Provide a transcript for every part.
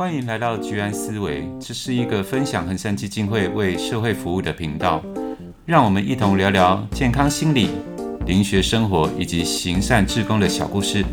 欢迎来到居安思维，这是一个分享衡山基金会为社会服务的频道，让我们一同聊聊健康心理、灵学生活以及行善志工的小故事。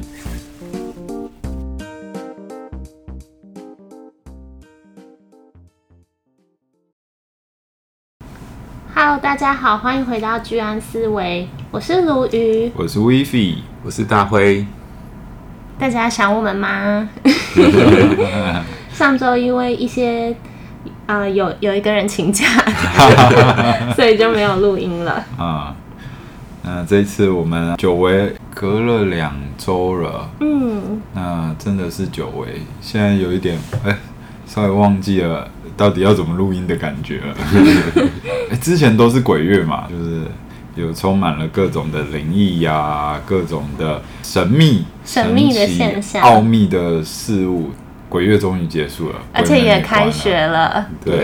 Hello， 大家好，欢迎回到居安思维，我是鲈鱼， 我是 Vivi， 我是大辉。 大家想我们吗？上周因为一些有一个人请假，所以就没有录音了。 那这一次我们久违隔了2周了，那真的是久违，现在有一点稍微忘记了到底要怎么录音的感觉了。之前都是鬼月嘛，就是有充满了各种的灵异呀，各种的神秘的现象、 奥秘的事物。鬼月终于结束了， 而且也开学了。 对，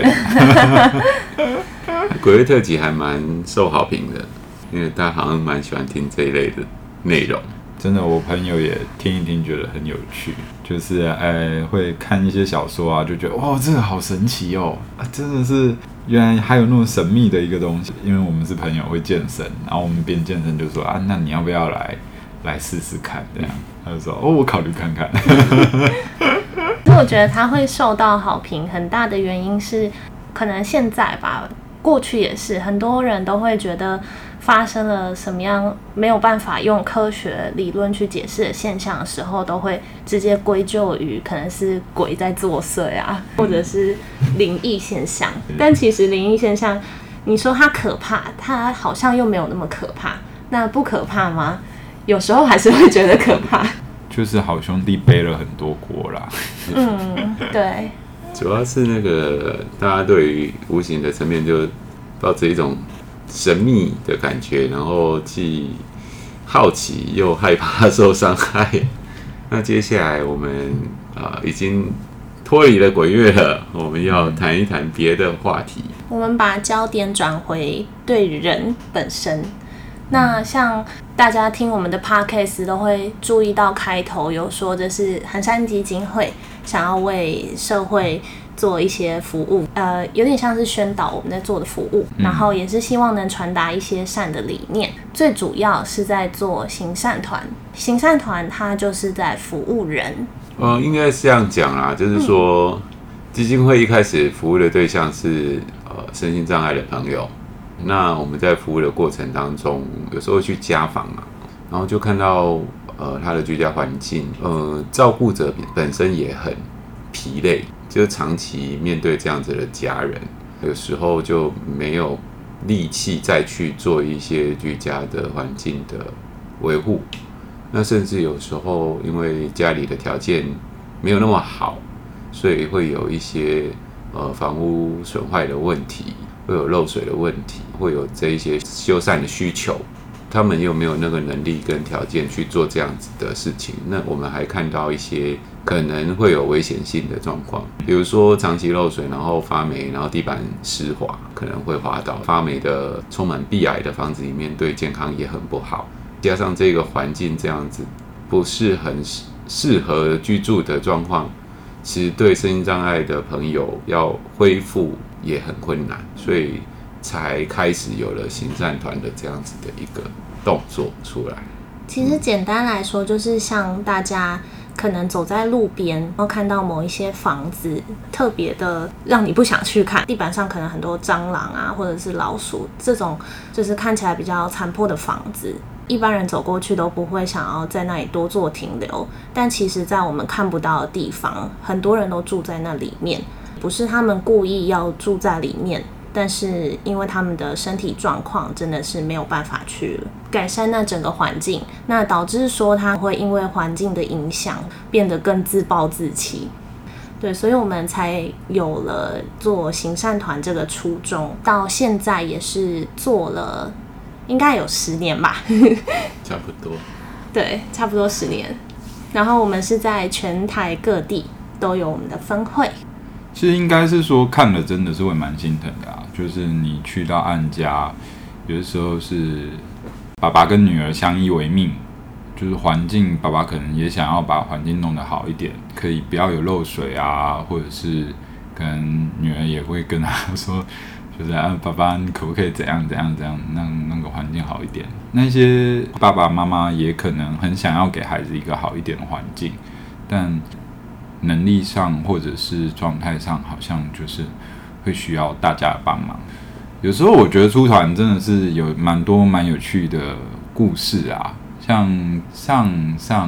鬼月特辑还蛮受好评的，因为大家好像蛮喜欢听这一类的内容。 真的，我朋友也听一听，觉得很有趣，就是会看一些小说啊，就觉得哇，这个好神奇哦，真的是原来还有那么神秘的一个东西。因为我们是朋友会健身，然后我们边健身就说那你要不要来试试看？这样他就说我考虑看看。 我觉得他会受到好评，很大的原因是可能现在吧，过去也是很多人都会觉得发生了什么样没有办法用科学理论去解释的现象的时候，都会直接归咎于可能是鬼在作祟啊，或者是灵异现象。但其实灵异现象，你说它可怕，它好像又没有那么可怕。那不可怕吗？有时候还是会觉得可怕。 就是好兄弟背了很多锅啦。 对。 主要是那个大家对于无形的层面就抱着一种神秘的感觉，然后既好奇又害怕受伤害。那接下来我们已经脱离了鬼月了，我们要谈一谈别的话题。 我们把焦点转回对人本身。那像大家听我们的 podcast 都会注意到开头有说这是衡山基金会想要为社会做一些服务，有点像是宣导我们在做的服务，然后也是希望能传达一些善的理念。最主要是在做行善团，行善团它就是在服务人。 应该是这样讲啦，就是说基金会一开始服务的对象是身心障碍的朋友。那我们在服务的过程当中，有时候去家访嘛，然后就看到他的居家环境，照顾者本身也很疲累，就长期面对这样子的家人，有时候就没有力气再去做一些居家的环境的维护。那甚至有时候因为家里的条件没有那么好，所以会有一些房屋损坏的问题，会有漏水的问题，会有这一些修缮的需求，他们又没有那个能力跟条件去做这样子的事情。那我们还看到一些可能会有危险性的状况，比如说长期漏水，然后发霉，然后地板湿滑，可能会滑倒。发霉的充满壁癌的房子里面对健康也很不好，加上这个环境这样子不是很适合居住的状况，其实对身心障碍的朋友要恢复也很困难，所以才开始有了行善团的这样子的一个动作出来。 其实简单来说，就是像大家可能走在路边，然后看到某一些房子特别的让你不想去看，地板上可能很多蟑螂啊，或者是老鼠，这种就是看起来比较残破的房子，一般人走过去都不会想要在那里多做停留，但其实在我们看不到的地方，很多人都住在那里面，不是他们故意要住在里面，但是因为他们的身体状况真的是没有办法去改善那整个环境，那导致说他会因为环境的影响变得更自暴自弃。对，所以我们才有了做行善团这个初衷，到现在也是做了应该有10年吧。 差不多。 对，差不多10年。然后我们是在全台各地都有我们的分会。 其实应该是说看了真的是会蛮心疼的啊，就是你去到案家，有的时候是爸爸跟女儿相依为命， 就是环境，爸爸可能也想要把环境弄得好一点，可以不要有漏水啊，或者是可能女儿也会跟他说，就是爸爸你可不可以怎样怎样怎样，让那个环境好一点。那些爸爸妈妈也可能很想要给孩子一个好一点的环境，但能力上或者是状态上，好像就是会需要大家的帮忙。有时候我觉得出团真的是有蛮多蛮有趣的故事啊，像上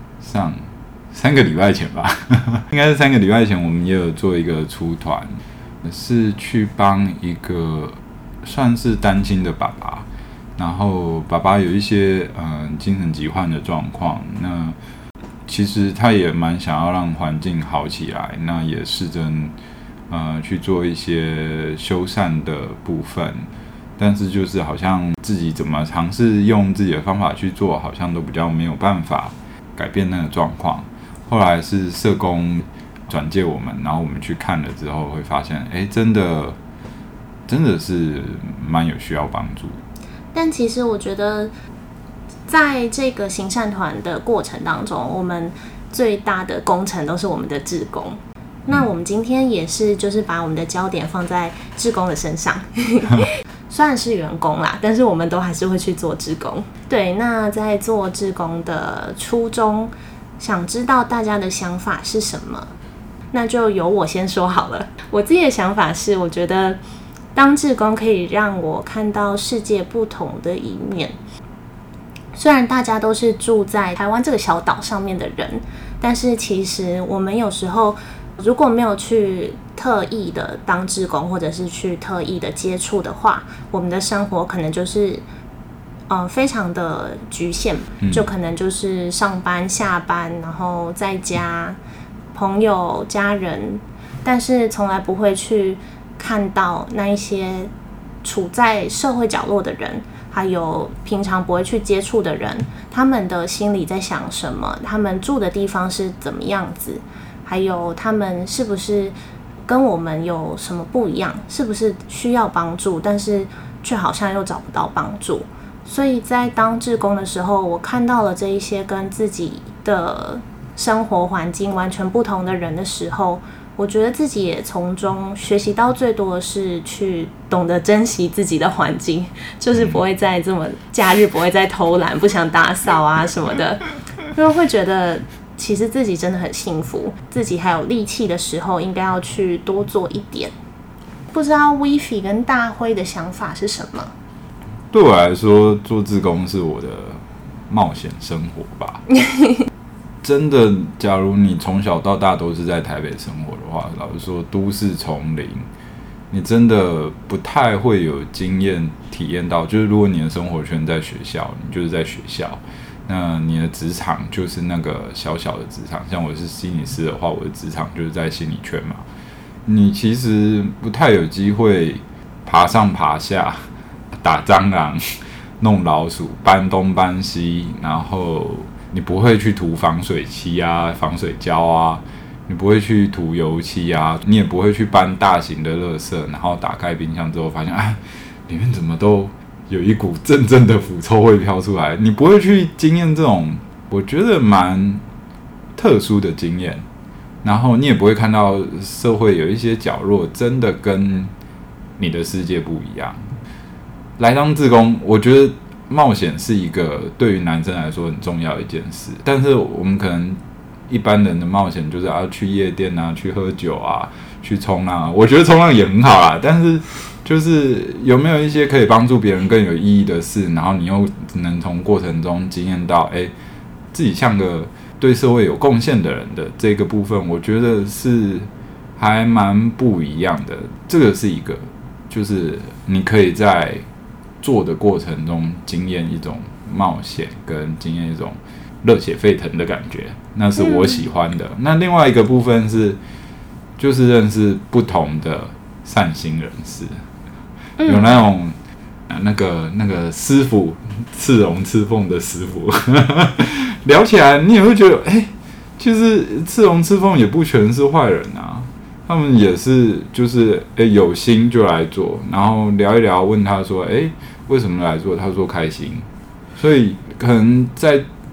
3个礼拜前吧，应该是3个礼拜前，我们也有做一个出团，是去帮一个算是单亲的爸爸，然后爸爸有一些精神疾患的状况，那其实他也蛮想要让环境好起来，那也试着去做一些修缮的部分，但是就是好像自己怎么尝试用自己的方法去做，好像都比较没有办法改变那个状况。后来是社工转介我们，然后我们去看了之后，会发现，真的是蛮有需要帮助。 但其实我觉得，在这个行善团的过程当中，我们最大的工程都是我们的志工。那我们今天也是，就是把我们的焦点放在志工的身上。虽然是员工啦，但是我们都还是会去做志工。对，那在做志工的初衷，想知道大家的想法是什么？那就由我先说好了。我自己的想法是，我觉得当志工可以让我看到世界不同的一面。虽然大家都是住在台湾这个小岛上面的人，但是其实我们有时候如果没有去特意的当志工，或者是去特意的接触的话，我们的生活可能就是非常的局限，就可能就是上班下班，然后在家朋友家人，但是从来不会去看到那一些处在社会角落的人，还有平常不会去接触的人，他们的心里在想什么，他们住的地方是怎么样子，还有他们是不是跟我们有什么不一样，是不是需要帮助，但是却好像又找不到帮助。所以在当志工的时候，我看到了这一些跟自己的生活环境完全不同的人的时候，我觉得自己也从中学习到最多的是去懂得珍惜自己的环境，就是不会再这么假日不会再偷懒，不想打扫啊什么的，因为会觉得其实自己真的很幸福，自己还有力气的时候应该要去多做一点。不知道 Vivi 跟大辉的想法是什么？ 对我来说，做志工是我的冒险生活吧。真的，假如你从小到大都是在台北生活的话，老实说，都市丛林，你真的不太会有经验体验到。就是如果你的生活圈在学校，你就是在学校，那你的职场就是那个小小的职场。像我是心理师的话，我的职场就是在心理圈嘛。你其实不太有机会爬上爬下，打蟑螂、弄老鼠、搬东搬西，然后你不会去涂防水漆啊、防水胶啊，你不会去涂油漆啊，你也不会去搬大型的垃圾，然后打开冰箱之后发现，里面怎么都有一股阵阵的腐臭味飘出来。你不会去经验这种我觉得蛮特殊的经验，然后你也不会看到社会有一些角落真的跟你的世界不一样。来当志工，我觉得冒险是一个对于男生来说很重要的一件事，但是我们可能一般人的冒险就是去夜店啊，去喝酒啊，去冲浪啊。我觉得冲浪也很好啦，但是就是有没有一些可以帮助别人更有意义的事，然后你又能从过程中经验到，自己像个对社会有贡献的人的这个部分，我觉得是还蛮不一样的。这个是一个，就是你可以在做的过程中经验一种冒险，跟经验一种热血沸腾的感觉，那是我喜欢的。那另外一个部分是，就是认识不同的善心人士，有那种那个师傅，刺龙刺凤的师傅，聊起来你也会觉得，其实刺龙刺凤也不全是坏人啊。他们也是，就是有心就来做，然后聊一聊，问他说，为什么来做？他说开心。所以可能在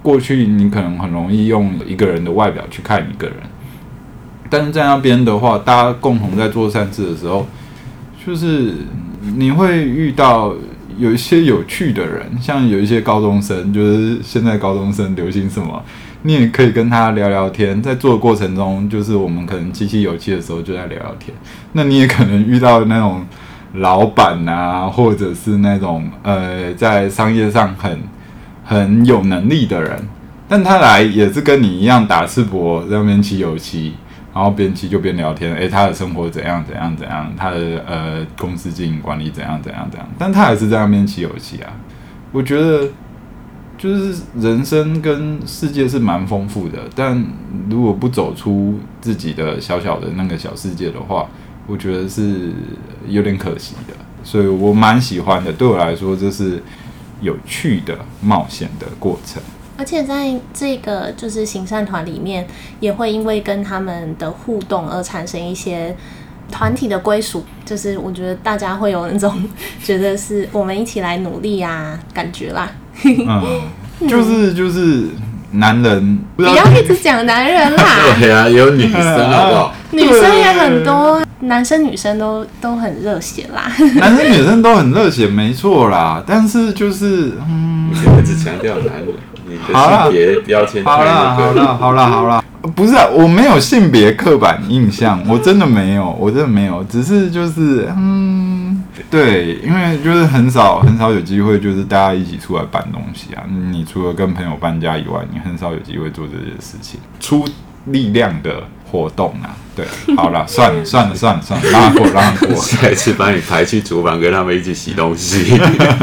过去你可能很容易用一个人的外表去看一个人，但是在那边的话，大家共同在做善事的时候，就是你会遇到有一些有趣的人，像有一些高中生，就是现在高中生流行什么，你也可以跟他聊聊天，在做的过程中，就是我们可能七七有七的时候就在聊聊天，那你也可能遇到那种老板啊，或者是那种在商业上很有能力的人，但他来也是跟你一样打赤膊在那边骑油漆，然后边骑就边聊天，他的生活怎样，他的公司经营管理怎样，但他还是在那边骑油漆啊。我觉得就是人生跟世界是蛮丰富的，但如果不走出自己的小小的那个小世界的话，我觉得是有点可惜的，所以我蛮喜欢的。对我来说，这是有趣的冒险的过程。 而且在这个就是行善团里面，也会因为跟他们的互动而产生一些团体的归属，就是我觉得大家会有那种觉得是我们一起来努力啊感觉啦。 就是男人不要一直讲男人啦。 对啊，有女生好不好？ 女生也很多，男生女生都很热血啦。 男生女生都很热血，没错啦。但是就是你现在只强调男人，你的性别标签太那个。 好啦，不是啊，我没有性别刻板印象，我真的没有，只是就是对，因为就是很少有机会，就是大家一起出来搬东西啊。你除了跟朋友搬家以外，你很少有机会做这些事情，出力量的活动啊。对，好啦，算了，让过。 下一次把你排去厨房，跟他们一起洗东西，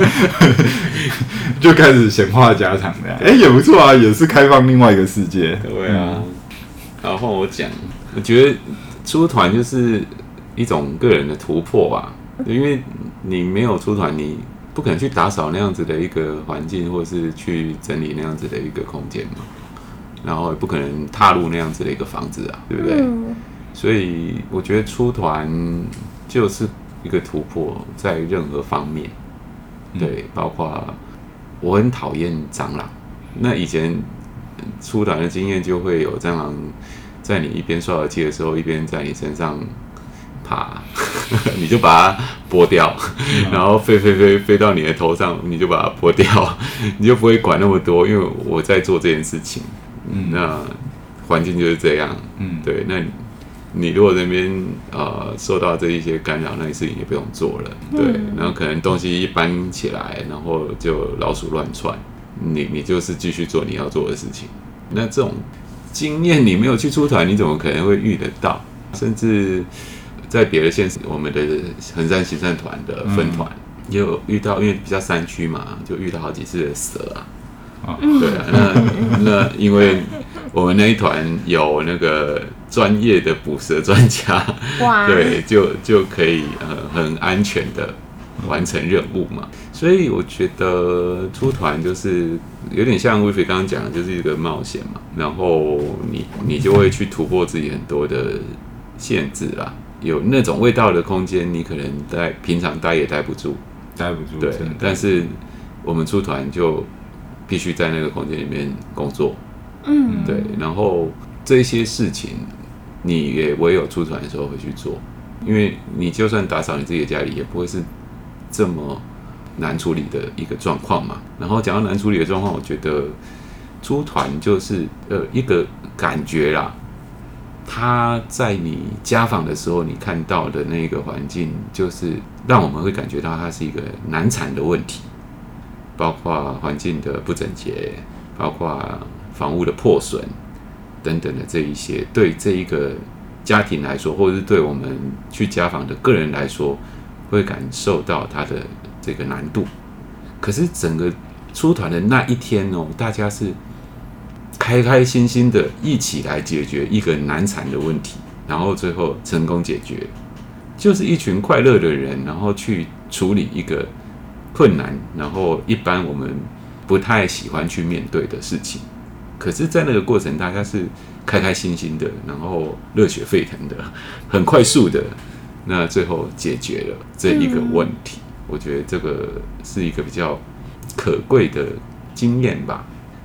就开始闲话家常的，也不错啊，也是开放另外一个世界。 对啊，然后换我讲，我觉得出团就是一种个人的突破吧。因为你没有出团，你不可能去打扫那样子的一个环境，或者是去整理那样子的一个空间嘛，然后也不可能踏入那样子的一个房子啊，对不对？所以我觉得出团就是一个突破，在任何方面，对，包括我很讨厌蟑螂，那以前出团的经验就会有蟑螂在你一边刷耳机的时候，一边在你身上爬，你就把它剥掉，然后飞到你的头上，你就把它剥掉，你就不会管那么多，因为我在做这件事情。那环境就是这样，对。那你如果那边受到这一些干扰，那些事情也不用做了，对。然后可能东西一搬起来，然后就老鼠乱窜，你就是继续做你要做的事情。那这种经验你没有去出团，你怎么可能会遇得到？甚至在别的县市，我们的衡山行善团的分团也有遇到，因为比较山区嘛，就遇到好几次的蛇啊。对啊，那因为我们那一团有那个专业的捕蛇专家，对，就可以很安全的完成任务嘛。所以我觉得出团就是有点像威菲刚刚讲的，就是一个冒险嘛。然后你就会去突破自己很多的限制啦。有那种味道的空间，你可能平常待也待不住，对。但是我们出团就必须在那个空间里面工作，对。然后这些事情，你也唯有出团的时候会去做，因为你就算打扫你自己的家里，也不会是这么难处理的一个状况嘛。然后讲到难处理的状况，我觉得出团就是一个感觉啦。他在你家访的时候，你看到的那个环境，就是让我们会感觉到它是一个难产的问题，包括环境的不整洁，包括房屋的破损等等的这一些，对这一个家庭来说，或者是对我们去家访的个人来说，会感受到它的这个难度。可是整个出团的那一天哦，大家是开开心心的一起来解决一个难缠的问题，然后最后成功解决，就是一群快乐的人，然后去处理一个困难，然后一般我们不太喜欢去面对的事情。可是在那个过程，大家是开开心心的，然后热血沸腾的，很快速的，那最后解决了这一个问题。我觉得这个是一个比较可贵的经验吧。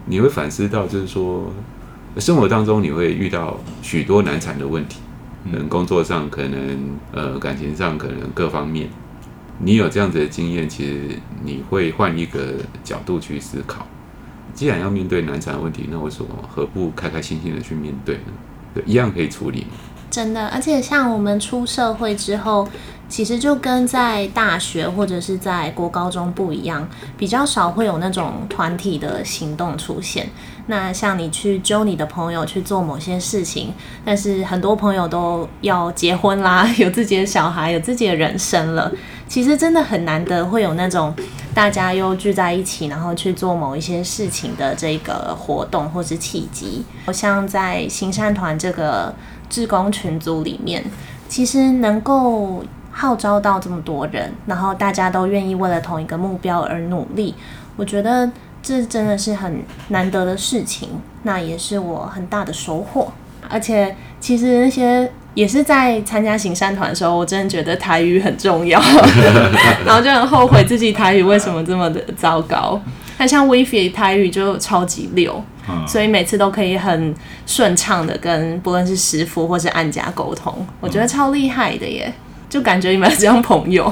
你会反思到，就是说生活当中你会遇到许多难缠的问题，可能工作上，可能感情上，可能各方面，你有这样子的经验，其实你会换一个角度去思考。既然要面对难缠的问题，那为什么何不开开心心的去面对呢？对，一样可以处理嘛。 真的，而且像我们出社会之后，其实就跟在大学或者是在国高中不一样，比较少会有那种团体的行动出现。那像你去揪你的朋友去做某些事情，但是很多朋友都要结婚啦，有自己的小孩，有自己的人生了，其实真的很难得会有那种大家又聚在一起，然后去做某一些事情的这个活动或是契机。像在行善团这个志工群组里面，其实能够号召到这么多人，然后大家都愿意为了同一个目标而努力，我觉得这真的是很难得的事情，那也是我很大的收获。而且其实那些也是在参加行善团的时候，我真的觉得台语很重要然后就很后悔自己台语为什么这么的糟糕。那像 Wifi 台语就超级溜，所以每次都可以很顺畅的跟不论是师傅或是案家沟通，我觉得超厉害的耶，就感觉你们这样朋友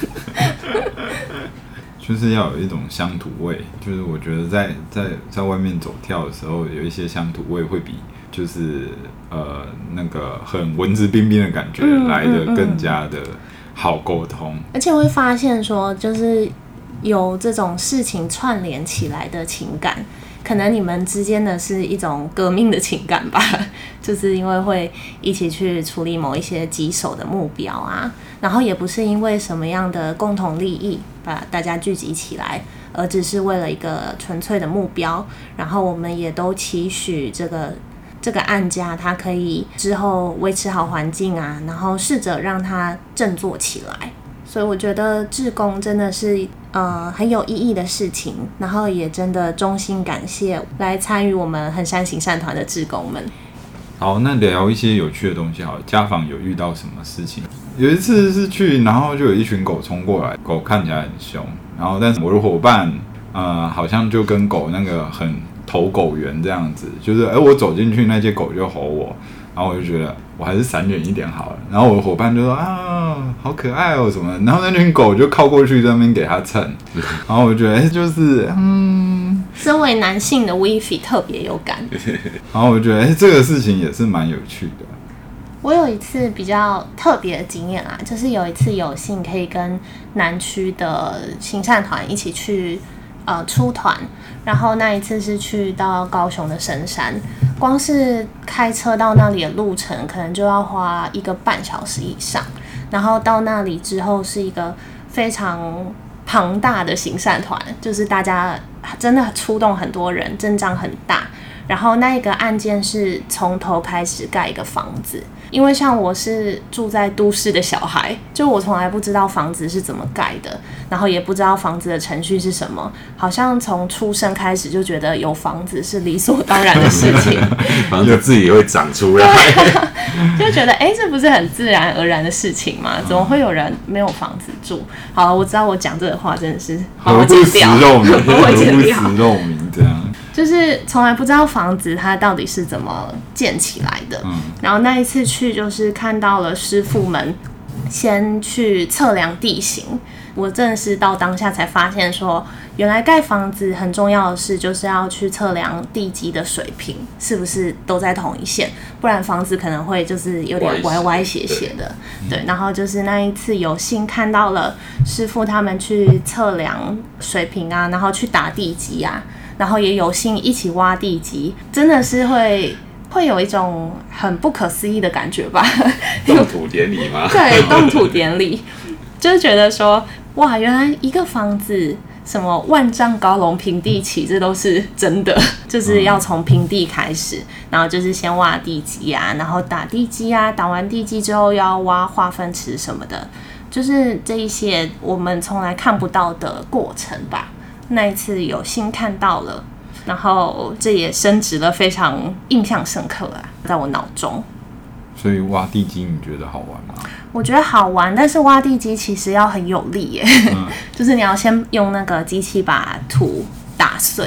就是要有一种乡土味，就是我觉得在外面走跳的时候，有一些乡土味会比就是那个很文质彬彬的感觉来得更加的好沟通， 而且会发现说，就是有这种事情串联起来的情感，可能你们之间的是一种革命的情感吧，就是因为会一起去处理某一些棘手的目标啊，然后也不是因为什么样的共同利益把大家聚集起来，而只是为了一个纯粹的目标，然后我们也都期许这个案家他可以之后维持好环境啊，然后试着让他振作起来。所以我觉得志工真的是很有意义的事情，然后也真的衷心感谢来参与我们衡山行善团的志工们。 好，那聊一些有趣的东西好了。家访有遇到什么事情？有一次是去，然后就有一群狗冲过来，狗看起来很凶，然后但是我的伙伴好像就跟狗那个很投狗缘这样子，就是我走进去那些狗就吼我，然后我就觉得我还是闪远一点好了。然后我的伙伴就说好可爱哦什么的，然后那群狗就靠过去在那边给它蹭，然后我就觉得就是身为男性的 Wifi 特别有感， 然后我觉得这个事情也是蛮有趣的。 我有一次比较特别的经验啊，就是有一次有幸可以跟南区的行善团一起去出团，然后那一次是去到高雄的深山，光是开车到那里的路程可能就要花1个半小时以上，然后到那里之后是一个非常庞大的行善团，就是大家真的出动很多人，阵仗很大，然后那一个案件是从头开始盖一个房子。因为像我是住在都市的小孩，就我从来不知道房子是怎么盖的，然后也不知道房子的程序是什么，好像从出生开始就觉得有房子是理所当然的事情房子自己会长出来就觉得这不是很自然而然的事情吗？怎么会有人没有房子住？好了，我知道我讲这个话真的是何不食肉糜， 何不食肉糜这样。 就是从来不知道房子它到底是怎么建起来的，然后那一次去就是看到了师傅们先去测量地形，我真的是到当下才发现说，原来盖房子很重要的事就是要去测量地基的水平是不是都在同一线，不然房子可能会就是有点歪歪斜斜的。对，然后就是那一次有幸看到了师傅他们去测量水平啊，然后去打地基啊，然后也有幸一起挖地基，真的是会有一种很不可思议的感觉吧。 动土典礼吗？ 对，动土典礼，就是觉得说，哇，原来一个房子什么万丈高楼平地起，这都是真的，就是要从平地开始，然后就是先挖地基啊，然后打地基啊，打完地基之后要挖化粪池什么的，就是这一些我们从来看不到的过程吧。那一次有幸看到了，然后这也深植了非常印象深刻啊，在我脑中。 所以挖地基你觉得好玩吗？ 我觉得好玩，但是挖地基其实要很有力耶，就是你要先用那个机器把土打碎，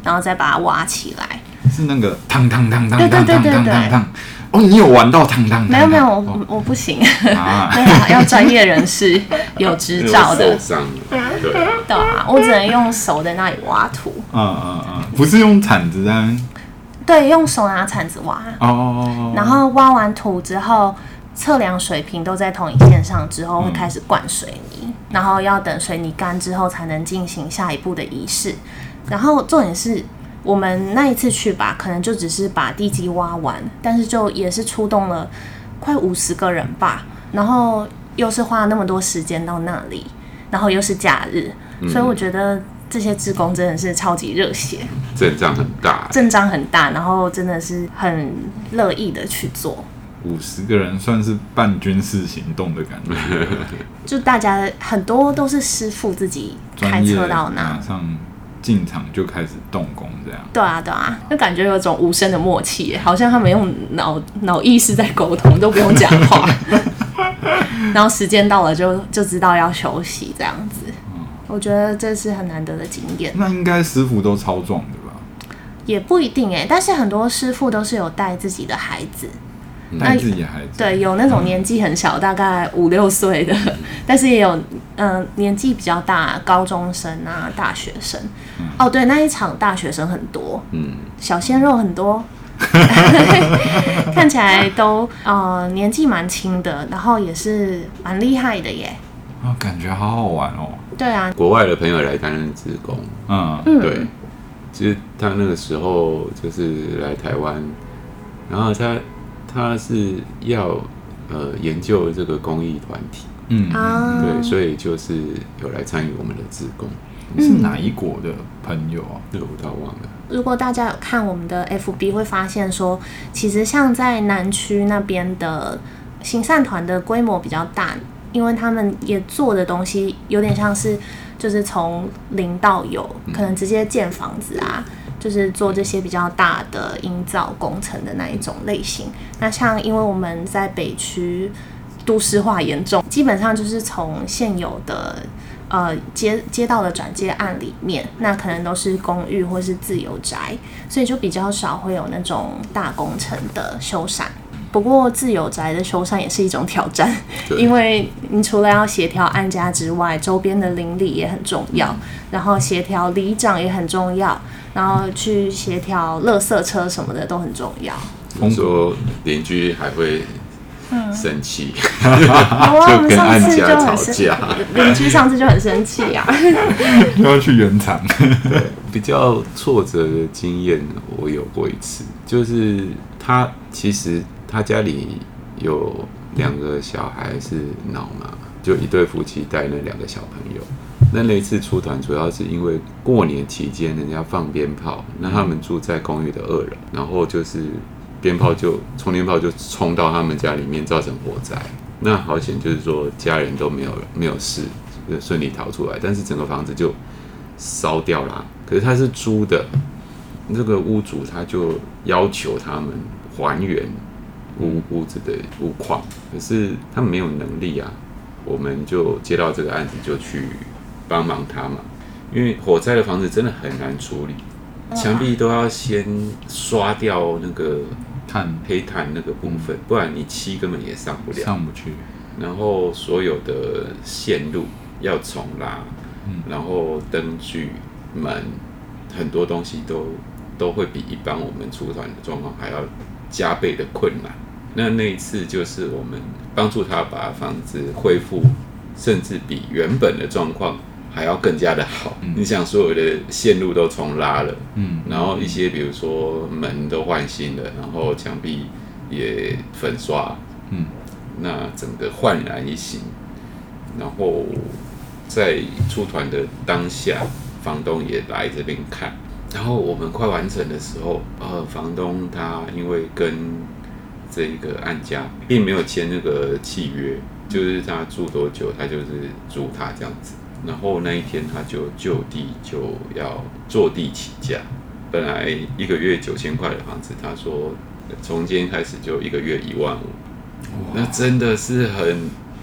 然后再把它挖起来。 是那个汤汤汤汤对汤汤汤汤汤。哦，你有玩到汤汤？ 没有，我不行，那个要专业人士有执照的。对啊，我只能用手在那里挖土。 不是用铲子在。 对，用手拿铲子挖。然后挖完土之后，测量水平都在同一线上之后，会开始灌水泥，然后要等水泥干之后才能进行下一步的仪式。然后重点是。我们那一次去吧，可能就只是把地基挖完，但是就也是出动了快50个人吧，然后又是花了那么多时间到那里，然后又是假日，所以我觉得这些志工真的是超级热血， 阵仗很大， 然后真的是很乐意的去做。 50个人算是半军事行动的感觉， 就大家很多都是师傅自己开车到那， 马上进场就开始动工，这样。对啊，就感觉有种无声的默契，好像他们用脑意识在沟通，都不用讲话。然后时间到了就知道要休息，这样子。我觉得这是很难得的经验。 那应该师傅都超壮的吧？ 也不一定但是很多师傅都是有带自己的孩子。 带自己的孩子， 对，有那种年纪很小，大概5、6岁的，但是也有年纪比较大，高中生啊，大学生。对，那一场大学生很多，小鲜肉很多，看起来都年纪蛮轻的，然后也是蛮厉害的耶。 感觉好好玩哦。 对啊， 国外的朋友来担任志工，对，其实他那个时候就是来台湾，然后他是要研究这个公益团体，对，所以就是有来参与我们的志工。 是哪一国的朋友啊？ 这个我倒忘了。 如果大家有看我们的 FB， 会发现说，其实像在南区那边的行善团的规模比较大，因为他们也做的东西有点像是，就是从零到有，可能直接建房子啊。就是做这些比较大的营造工程的那一种类型。那像因为我们在北区都市化严重，基本上就是从现有的街道的转接案里面，那可能都是公寓或是自有宅，所以就比较少会有那种大工程的修缮。不过自有宅的修缮也是一种挑战，因为你除了要协调案家之外，周边的邻里也很重要，然后协调里长也很重要，然后去协调垃圾车什么的都很重要。 听说邻居还会生气， 就跟案家吵架。 邻居上次就很生气啊， 要去原厂。 对，比较挫折的经验我有过一次，就是他家里有2个小孩是脑麻，就一对夫妻带那2个小朋友。那一次出团主要是因为过年期间人家放鞭炮，那他们住在公寓的2楼，然后就是充电炮就冲到他们家里面，造成火灾。那好险，就是说家人都没有事，就顺利逃出来，但是整个房子就烧掉了。可是他是租的，这个屋主他就要求他们还原屋子的屋况，可是他们没有能力啊。我们就接到这个案子，就去帮忙他嘛。因为火灾的房子真的很难处理，墙壁都要先刷掉那个黑炭那个部分，不然你漆根本也上不去。然后所有的线路要重拉，然后灯具、门，很多东西都会比一般我们出团的状况还要加倍的困难。那一次就是我们帮助他把房子恢复，甚至比原本的状况还要更加的好。你想所有的线路都重拉了，然后一些比如说门都换新了，然后墙壁也粉刷，那整个焕然一新。然后在出团的当下，房东也来这边看。然后我们快完成的时候，房东他因为跟这一个案家并没有签那个契约，就是他住多久，他就是租他这样子。然后那一天他就就地就要坐地起价，本来1个月9000块的房子，他说从今天开始就1个月15000，那真的是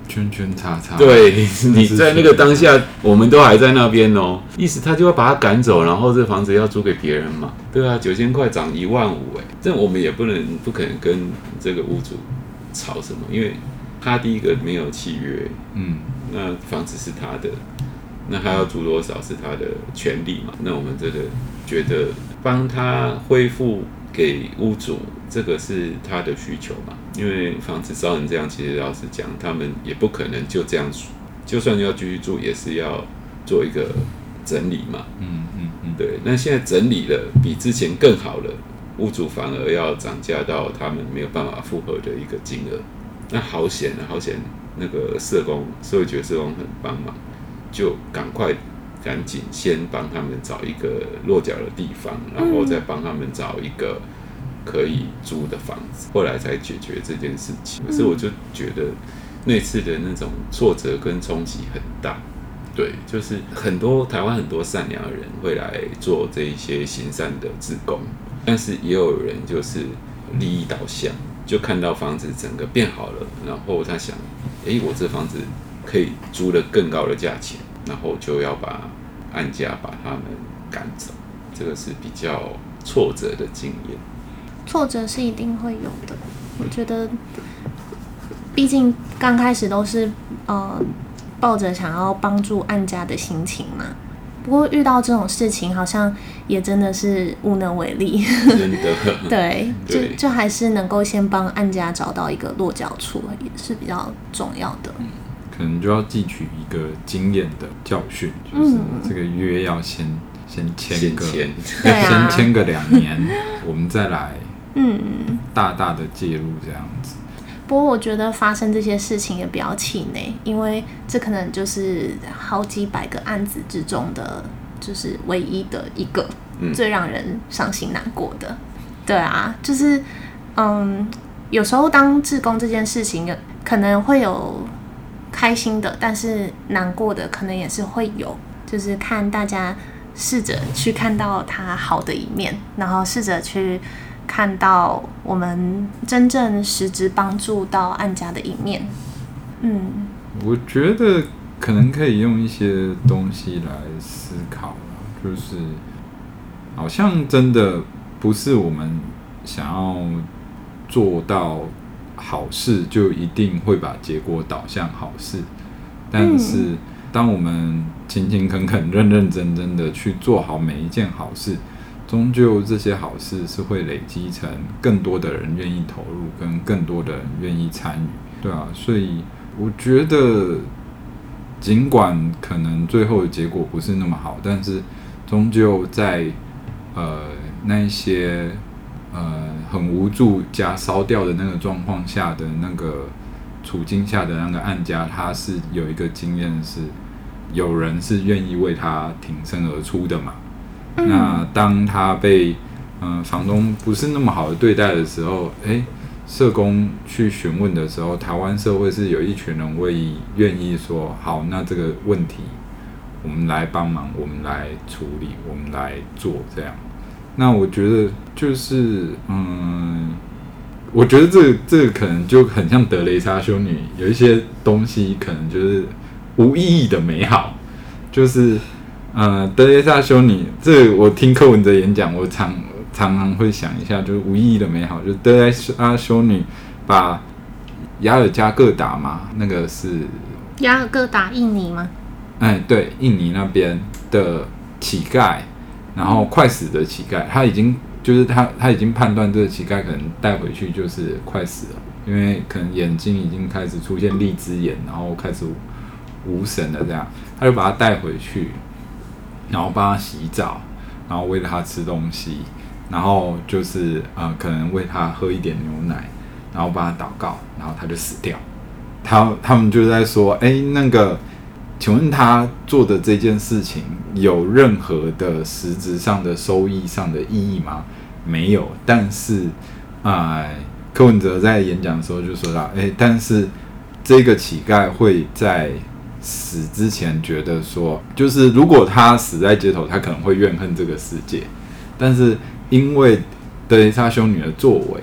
圈圈叉叉。 对，你在那个当下，我们都还在那边哦，意思他就要把他赶走，然后这房子要租给别人嘛，对啊，9000块涨15000哎，这我们也不可能跟这个屋主吵什么，因为他第一个没有契约，那房子是他的，那他要租多少是他的权利嘛，那我们真的觉得帮他恢复给屋主，这个是他的需求嘛，因为房子烧成这样，其实老实讲，他们也不可能就这样，就算要继续住，也是要做一个整理嘛。对。那现在整理了，比之前更好了，屋主反而要涨价到他们没有办法负荷的一个金额。那好险啊，好险！那个社会局社工很帮忙，就赶紧先帮他们找一个落脚的地方，然后再帮他们找一个可以租的房子，后来才解决这件事情。可是我就觉得那次的那种挫折跟冲击很大，对，就是台湾很多善良的人会来做这一些行善的志工，但是也有人就是利益导向，就看到房子整个变好了，然后他想，我这房子可以租了更高的价钱，然后就要把案家把他们赶走，这个是比较挫折的经验。 挫折是一定会有的，我觉得，毕竟刚开始都是抱着想要帮助案家的心情嘛。不过遇到这种事情，好像也真的是无能为力。 真的， 对，就还是能够先帮案家找到一个落脚处，也是比较重要的。 可能就要汲取一个经验的教训，就是这个约要先签个，先签个2年，我们再来，大大的介入这样子。 不过我觉得发生这些事情也不要气馁，因为这可能就是好几百个案子之中的，就是唯一的一个最让人伤心难过的。对啊，就是有时候当志工这件事情可能会有开心的，但是难过的可能也是会有，就是看大家试着去看到它好的一面，然后试着去看到我们真正实质帮助到案家的一面。 我觉得可能可以用一些东西来思考，就是好像真的不是我们想要做到好事就一定会把结果导向好事，但是当我们勤勤恳恳、认认真真的去做好每一件好事，终究这些好事是会累积成更多的人愿意投入，跟更多的人愿意参与，对啊，所以我觉得尽管可能最后的结果不是那么好，但是终究在那一些很无助加烧掉的那个状况下的那个处境下的那个案家，他是有一个经验是有人是愿意为他挺身而出的嘛。那当他被房东不是那么好的对待的时候，社工去询问的时候，台湾社会是有一群人愿意说好，那这个问题我们来帮忙，我们来处理，我们来做这样。那我觉得就是我觉得这个可能就很像德雷莎修女，有一些东西可能就是无意义的美好，就是德雷莎修女，这我听柯文哲演讲，我常常会想一下，就是无意义的美好，就是德雷莎修女把雅尔加各答嘛，那个是雅尔各答印尼吗？ 对，印尼那边的乞丐，然后快死的乞丐，他已经判断这个乞丐可能带回去就是快死了，因为可能眼睛已经开始出现荔枝眼，然后开始无神了这样，他就把他带回去，然后帮他洗澡，然后喂他吃东西，然后就是可能喂他喝一点牛奶，然后帮他祷告，然后他就死掉。他们就在说，那个，请问他做的这件事情有任何的实质上的收益上的意义吗？没有。但是，柯文哲在演讲的时候就说到，但是这个乞丐会在死之前觉得说，就是如果他死在街头，他可能会怨恨这个世界，但是因为德雷莎修女的作为，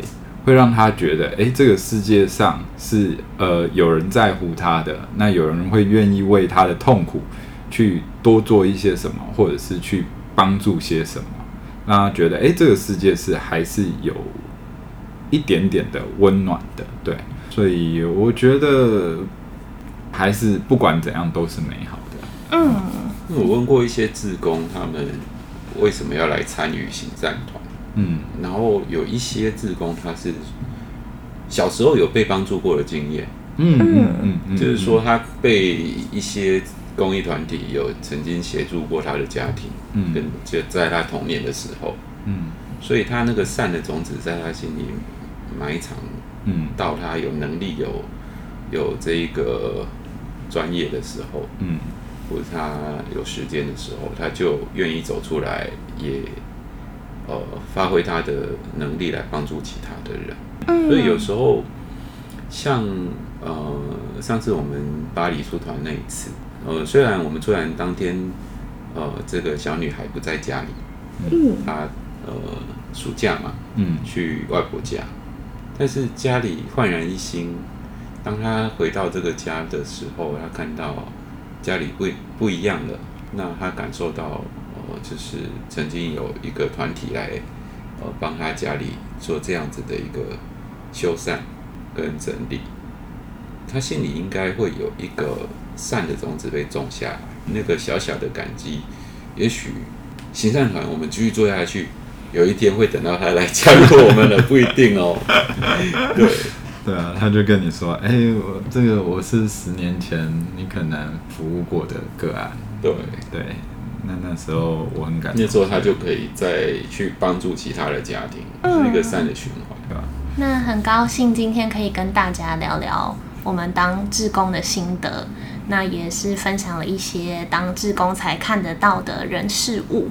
会让他觉得，这个世界上是有人在乎他的，那有人会愿意为他的痛苦去多做一些什么，或者是去帮助些什么，让他觉得，这个世界是还是有一点点的温暖的，对，所以我觉得还是不管怎样都是美好的。 我问过一些志工，他们为什么要来参与行善团？然后有一些志工他是小时候有被帮助过的经验，就是说他被一些公益团体有曾经协助过他的家庭，就在他童年的时候，所以他那个善的种子在他心里埋藏，到他有能力有这一个专业的时候，或者他有时间的时候，他就愿意走出来，也发挥他的能力来帮助其他的人。所以有时候像上次我们巴黎出团那一次，虽然我们出团当天这个小女孩不在家里，她暑假嘛，去外婆家，但是家里焕然一新。当她回到这个家的时候，她看到家里不一样了，那她感受到就是曾经有一个团体来帮她家里做这样子的一个修缮跟整理，她心里应该会有一个善的种子被种下来，那个小小的感激，也许行善团我们继续做下去，有一天会等到她来加入我们了，不一定哦。 对啊，他就跟你说，我是10年前你可能服务过的个案。对，那时候我很感动。 那时候他就可以再去帮助其他的家庭，是一个善的循环，对吧？ 那很高兴今天可以跟大家聊聊我们当志工的心得，那也是分享了一些当志工才看得到的人事物。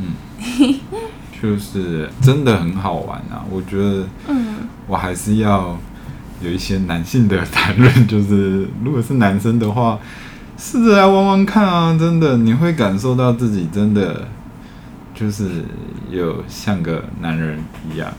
就是真的很好玩啊！我觉得，我还是要有一些男性的谈论，就是如果是男生的话，试着来玩玩看啊！真的，你会感受到自己真的就是有像个男人一样。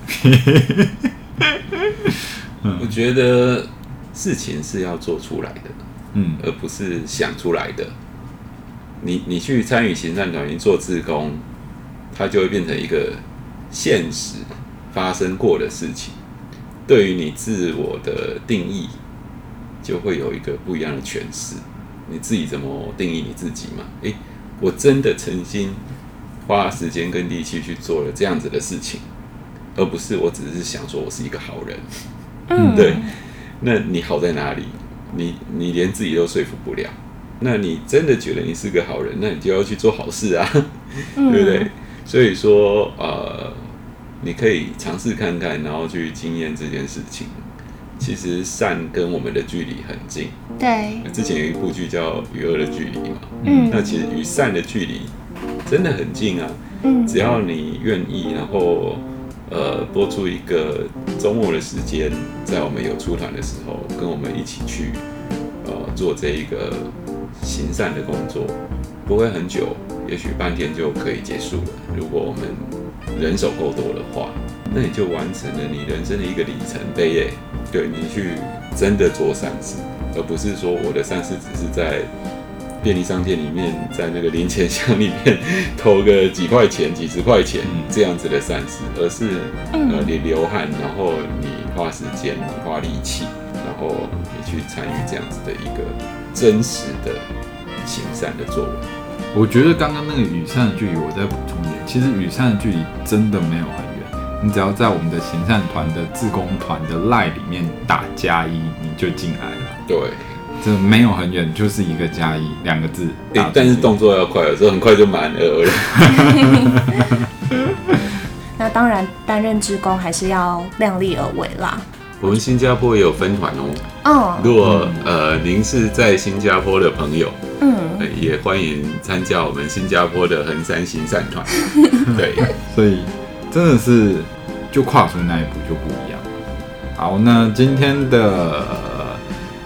我觉得事情是要做出来的，而不是想出来的。你去参与行善团体做志工，它就会变成一个现实发生过的事情。对于你自我的定义，就会有一个不一样的诠释。你自己怎么定义你自己嘛？我真的曾经花时间跟力气去做了这样子的事情，而不是我只是想说我是一个好人。对，那你好在哪里？你连自己都说服不了。那你真的觉得你是个好人，那你就要去做好事啊，对不对？所以说，你可以尝试看看，然后去经验这件事情。其实善跟我们的距离很近。 对。 之前有一部剧叫《与恶的距离》嘛。那其实与善的距离真的很近啊。只要你愿意，然后拨出一个周末的时间，在我们有出团的时候，跟我们一起去做这一个行善的工作，不会很久，也许半天就可以结束了。如果我们人手够多的话，那你就完成了你人生的一个里程碑耶。对，你去真的做善事，而不是说我的善事只是在便利商店里面，在那个零钱箱里面投个几块钱、几十块钱这样子的善事，而是你流汗，然后你花时间、你花力气，然后你去参与这样子的一个真实的行善的作为。 我觉得刚刚那个与善的距离，我再补充一点，其实与善的距离真的没有很远，你只要在我们的行善团的志工团的 LINE 里面打+1，你就进来了。 对， 这没有很远，就是一个+1，2个字。 但是动作要快，有时候很快就满额了。 那当然，担任志工还是要量力而为啦。 我们新加坡也有分团哦。如果您是在新加坡的朋友，也欢迎参加我们新加坡的衡山行善团。对， 所以真的是就跨出那一步就不一样了。好，那今天的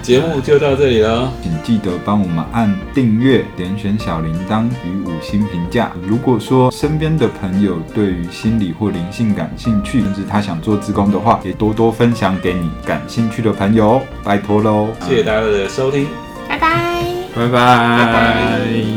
节目就到这里了， 请记得帮我们按订阅、点选小铃铛与5星评价。如果说身边的朋友对于心理或灵性感兴趣，甚至他想做志工的话，也多多分享给你感兴趣的朋友，拜托喽！ 谢谢大家的收听， 拜拜， 拜拜。